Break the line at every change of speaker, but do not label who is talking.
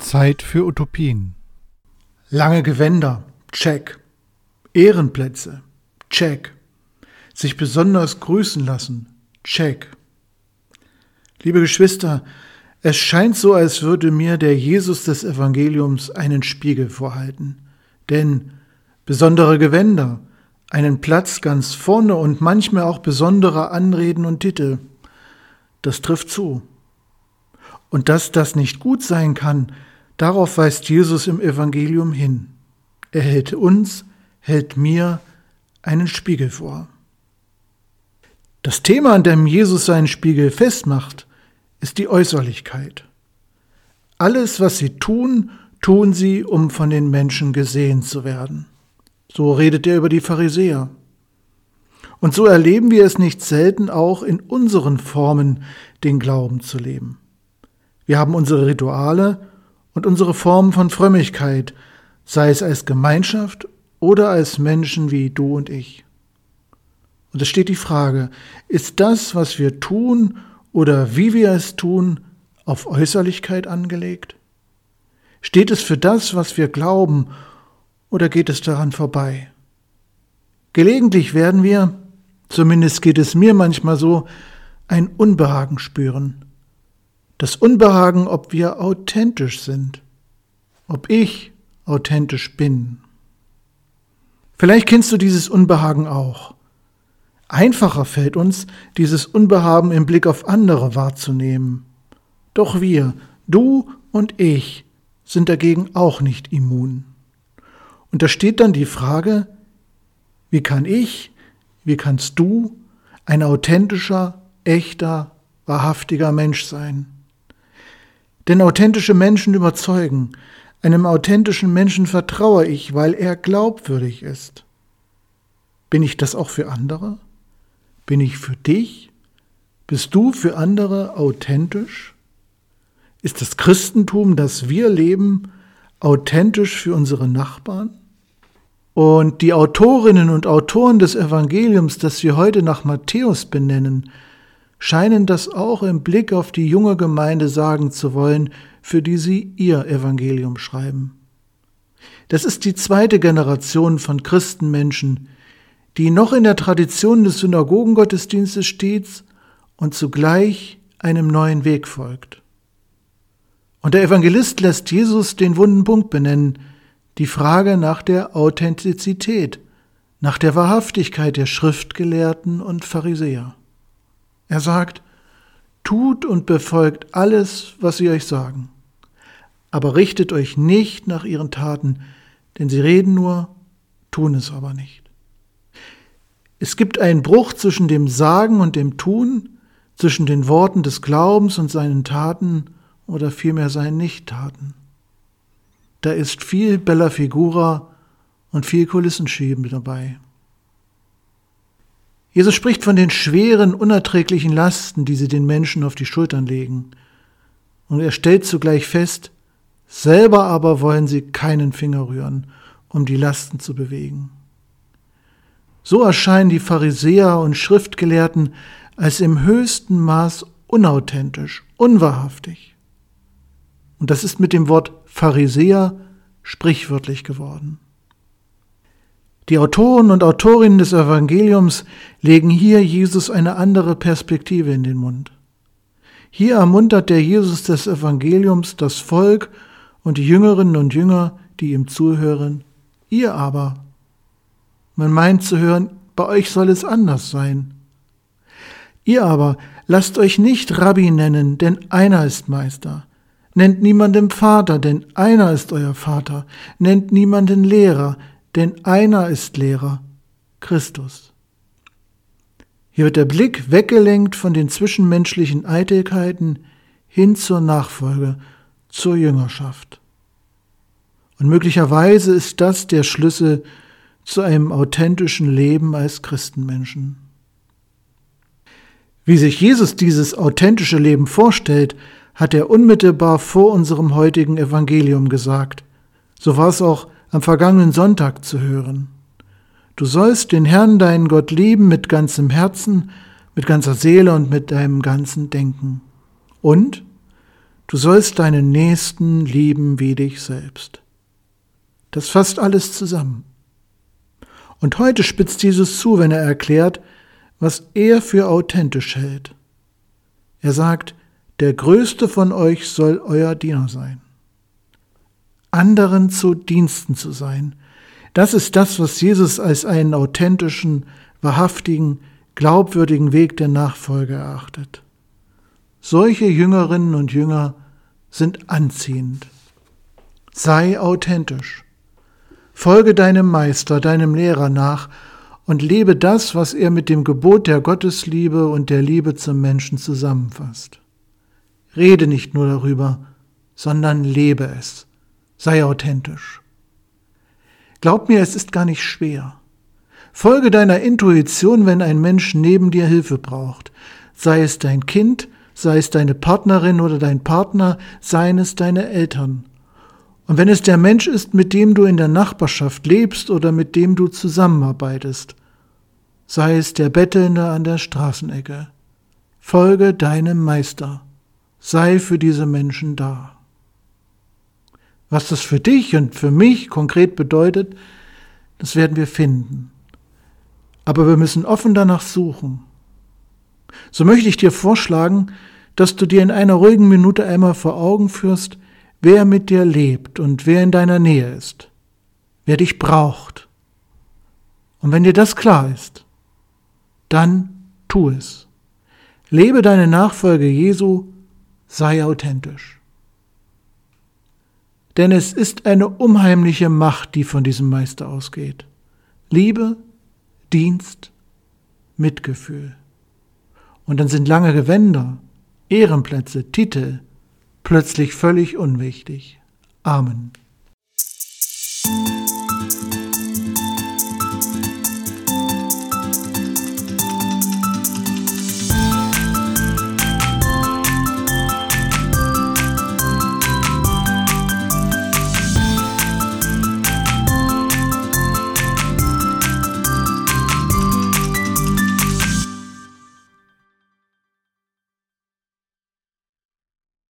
Zeit für Utopien.
Lange Gewänder, check. Ehrenplätze, check. Sich besonders grüßen lassen, check. Liebe Geschwister, es scheint so, als würde mir der Jesus des Evangeliums einen Spiegel vorhalten. Denn besondere Gewänder, einen Platz ganz vorne und manchmal auch besondere Anreden und Titel, das trifft zu. Und dass das nicht gut sein kann, darauf weist Jesus im Evangelium hin. Er hält uns, hält mir einen Spiegel vor. Das Thema, an dem Jesus seinen Spiegel festmacht, ist die Äußerlichkeit. Alles, was sie tun, tun sie, um von den Menschen gesehen zu werden. So redet er über die Pharisäer. Und so erleben wir es nicht selten auch in unseren Formen, den Glauben zu leben. Wir haben unsere Rituale und unsere Formen von Frömmigkeit, sei es als Gemeinschaft oder als Menschen wie du und ich. Und es steht die Frage, ist das, was wir tun oder wie wir es tun, auf Äußerlichkeit angelegt? Steht es für das, was wir glauben, oder geht es daran vorbei? Gelegentlich werden wir, zumindest geht es mir manchmal so, ein Unbehagen spüren. Das Unbehagen, ob wir authentisch sind, ob ich authentisch bin. Vielleicht kennst du dieses Unbehagen auch. Einfacher fällt uns, dieses Unbehagen im Blick auf andere wahrzunehmen. Doch wir, du und ich, sind dagegen auch nicht immun. Und da steht dann die Frage, wie kann ich, wie kannst du ein authentischer, echter, wahrhaftiger Mensch sein? Denn authentische Menschen überzeugen. Einem authentischen Menschen vertraue ich, weil er glaubwürdig ist. Bin ich das auch für andere? Bin ich für dich? Bist du für andere authentisch? Ist das Christentum, das wir leben, authentisch für unsere Nachbarn? Und die Autorinnen und Autoren des Evangeliums, das wir heute nach Matthäus benennen, scheinen das auch im Blick auf die junge Gemeinde sagen zu wollen, für die sie ihr Evangelium schreiben. Das ist die zweite Generation von Christenmenschen, die noch in der Tradition des Synagogengottesdienstes steht und zugleich einem neuen Weg folgt. Und der Evangelist lässt Jesus den wunden Punkt benennen, die Frage nach der Authentizität, nach der Wahrhaftigkeit der Schriftgelehrten und Pharisäer. Er sagt, tut und befolgt alles, was sie euch sagen, aber richtet euch nicht nach ihren Taten, denn sie reden nur, tun es aber nicht. Es gibt einen Bruch zwischen dem Sagen und dem Tun, zwischen den Worten des Glaubens und seinen Taten oder vielmehr seinen Nichttaten. Da ist viel Bella Figura und viel Kulissenschieben dabei. Jesus spricht von den schweren, unerträglichen Lasten, die sie den Menschen auf die Schultern legen. Und er stellt zugleich fest, selber aber wollen sie keinen Finger rühren, um die Lasten zu bewegen. So erscheinen die Pharisäer und Schriftgelehrten als im höchsten Maß unauthentisch, unwahrhaftig. Und das ist mit dem Wort Pharisäer sprichwörtlich geworden. Die Autoren und Autorinnen des Evangeliums legen hier Jesus eine andere Perspektive in den Mund. Hier ermuntert der Jesus des Evangeliums das Volk und die Jüngerinnen und Jünger, die ihm zuhören, ihr aber. Man meint zu hören, bei euch soll es anders sein. Ihr aber, lasst euch nicht Rabbi nennen, denn einer ist Meister. Nennt niemanden Vater, denn einer ist euer Vater. Nennt niemanden Lehrer, denn einer ist Lehrer, Christus. Hier wird der Blick weggelenkt von den zwischenmenschlichen Eitelkeiten hin zur Nachfolge, zur Jüngerschaft. Und möglicherweise ist das der Schlüssel zu einem authentischen Leben als Christenmenschen. Wie sich Jesus dieses authentische Leben vorstellt, hat er unmittelbar vor unserem heutigen Evangelium gesagt. So war es auch am vergangenen Sonntag zu hören. Du sollst den Herrn, deinen Gott, lieben mit ganzem Herzen, mit ganzer Seele und mit deinem ganzen Denken. Und Du sollst deinen Nächsten lieben wie dich selbst. Das fasst alles zusammen. Und heute spitzt Jesus zu, wenn er erklärt, was er für authentisch hält. Er sagt, der Größte von euch soll euer Diener sein. Anderen zu Diensten zu sein, das ist das, was Jesus als einen authentischen, wahrhaftigen, glaubwürdigen Weg der Nachfolge erachtet. Solche Jüngerinnen und Jünger sind anziehend. Sei authentisch. Folge deinem Meister, deinem Lehrer nach und lebe das, was er mit dem Gebot der Gottesliebe und der Liebe zum Menschen zusammenfasst. Rede nicht nur darüber, sondern lebe es. Sei authentisch. Glaub mir, es ist gar nicht schwer. Folge deiner Intuition, wenn ein Mensch neben dir Hilfe braucht. Sei es dein Kind, sei es deine Partnerin oder dein Partner, seien es deine Eltern. Und wenn es der Mensch ist, mit dem du in der Nachbarschaft lebst oder mit dem du zusammenarbeitest, sei es der Bettelnde an der Straßenecke, folge deinem Meister, sei für diese Menschen da. Was das für dich und für mich konkret bedeutet, das werden wir finden. Aber wir müssen offen danach suchen. So möchte ich dir vorschlagen, dass du dir in einer ruhigen Minute einmal vor Augen führst, wer mit dir lebt und wer in deiner Nähe ist, wer dich braucht. Und wenn dir das klar ist, dann tu es. Lebe deine Nachfolge Jesu, sei authentisch. Denn es ist eine unheimliche Macht, die von diesem Meister ausgeht. Liebe, Dienst, Mitgefühl. Und dann sind lange Gewänder, Ehrenplätze, Titel plötzlich völlig unwichtig. Amen.